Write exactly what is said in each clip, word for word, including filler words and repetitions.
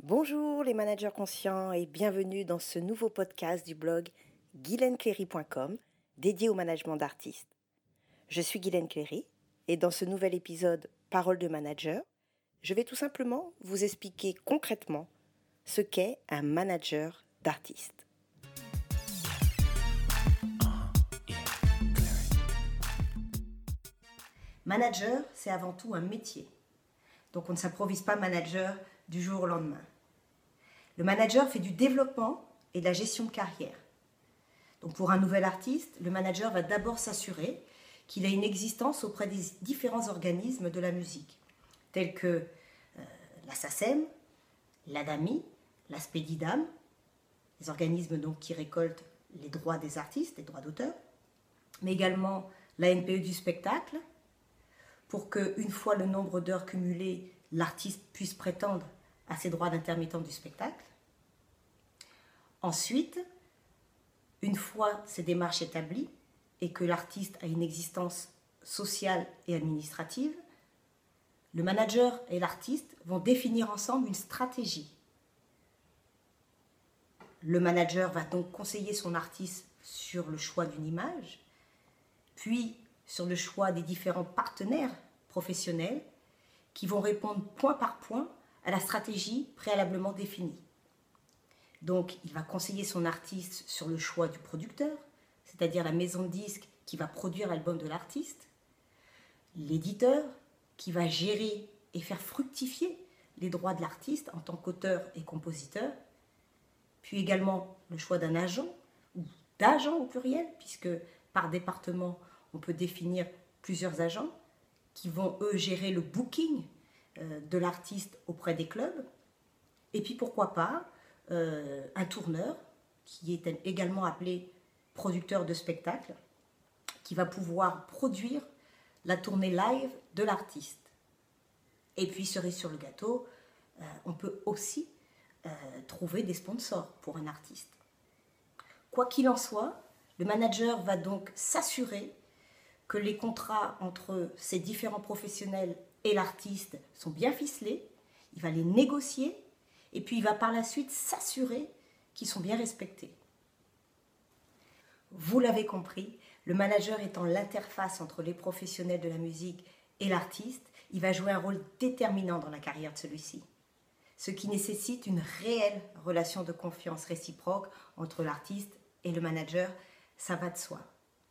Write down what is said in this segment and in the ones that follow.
Bonjour les managers conscients et bienvenue dans ce nouveau podcast du blog guylaine cléry point com dédié au management d'artistes. Je suis Guylaine Cléry et dans ce nouvel épisode Parole de manager, je vais tout simplement vous expliquer concrètement ce qu'est un manager d'artistes. Manager, c'est avant tout un métier. Donc on ne s'improvise pas manager du jour au lendemain. Le manager fait du développement et de la gestion de carrière. Donc pour un nouvel artiste, le manager va d'abord s'assurer qu'il a une existence auprès des différents organismes de la musique, tels que euh, la SACEM, l'ADAMI, la SPEDIDAM, les organismes donc qui récoltent les droits des artistes, les droits d'auteur, mais également la N P E du spectacle, pour qu'une fois le nombre d'heures cumulées, l'artiste puisse prétendre à ses droits d'intermittent du spectacle. Ensuite, une fois ces démarches établies et que l'artiste a une existence sociale et administrative, le manager et l'artiste vont définir ensemble une stratégie. Le manager va donc conseiller son artiste sur le choix d'une image, puis sur le choix des différents partenaires professionnels qui vont répondre point par point à la stratégie préalablement définie. Donc, il va conseiller son artiste sur le choix du producteur, c'est-à-dire la maison de disques qui va produire l'album de l'artiste, l'éditeur qui va gérer et faire fructifier les droits de l'artiste en tant qu'auteur et compositeur, puis également le choix d'un agent, ou d'agents au pluriel, puisque par département, on peut définir plusieurs agents qui vont, eux, gérer le booking de l'artiste auprès des clubs. Et puis, pourquoi pas, euh, un tourneur, qui est également appelé producteur de spectacle, qui va pouvoir produire la tournée live de l'artiste. Et puis, cerise sur le gâteau, euh, on peut aussi euh, trouver des sponsors pour un artiste. Quoi qu'il en soit, le manager va donc s'assurer que les contrats entre ces différents professionnels et l'artiste sont bien ficelés, il va les négocier et puis il va par la suite s'assurer qu'ils sont bien respectés. Vous l'avez compris, le manager étant l'interface entre les professionnels de la musique et l'artiste, il va jouer un rôle déterminant dans la carrière de celui-ci, ce qui nécessite une réelle relation de confiance réciproque entre l'artiste et le manager, ça va de soi.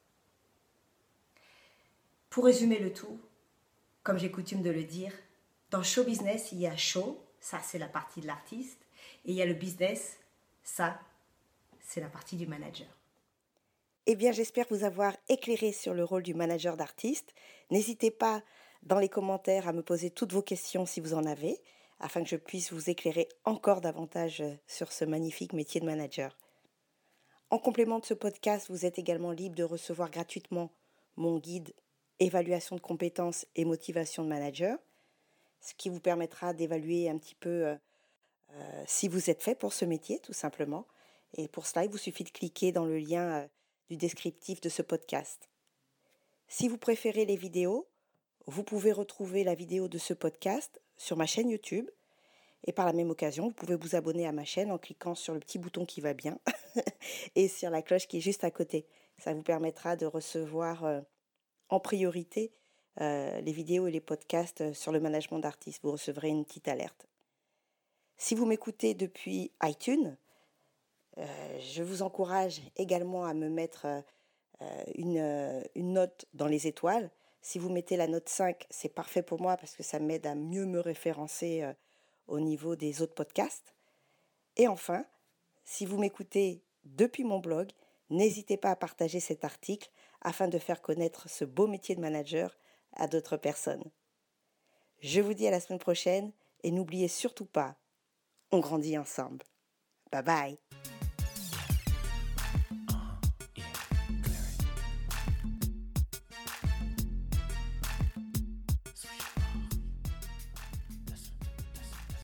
Pour résumer le tout, comme j'ai coutume de le dire, dans show business, il y a show, ça c'est la partie de l'artiste, et il y a le business, ça c'est la partie du manager. Eh bien, j'espère vous avoir éclairé sur le rôle du manager d'artiste. N'hésitez pas dans les commentaires à me poser toutes vos questions si vous en avez, afin que je puisse vous éclairer encore davantage sur ce magnifique métier de manager. En complément de ce podcast, vous êtes également libre de recevoir gratuitement mon guide évaluation de compétences et motivation de manager, ce qui vous permettra d'évaluer un petit peu euh, euh, si vous êtes fait pour ce métier, tout simplement. Et pour cela, il vous suffit de cliquer dans le lien euh, du descriptif de ce podcast. Si vous préférez les vidéos, vous pouvez retrouver la vidéo de ce podcast sur ma chaîne YouTube. Et par la même occasion, vous pouvez vous abonner à ma chaîne en cliquant sur le petit bouton qui va bien et sur la cloche qui est juste à côté. Ça vous permettra de recevoir euh, en priorité euh, les vidéos et les podcasts sur le management d'artistes. Vous recevrez une petite alerte. Si vous m'écoutez depuis iTunes, euh, je vous encourage également à me mettre euh, une, euh, une note dans les étoiles. Si vous mettez la note cinq, c'est parfait pour moi parce que ça m'aide à mieux me référencer euh, au niveau des autres podcasts. Et enfin, si vous m'écoutez depuis mon blog, n'hésitez pas à partager cet article afin de faire connaître ce beau métier de manager à d'autres personnes. Je vous dis à la semaine prochaine et n'oubliez surtout pas, on grandit ensemble. Bye bye.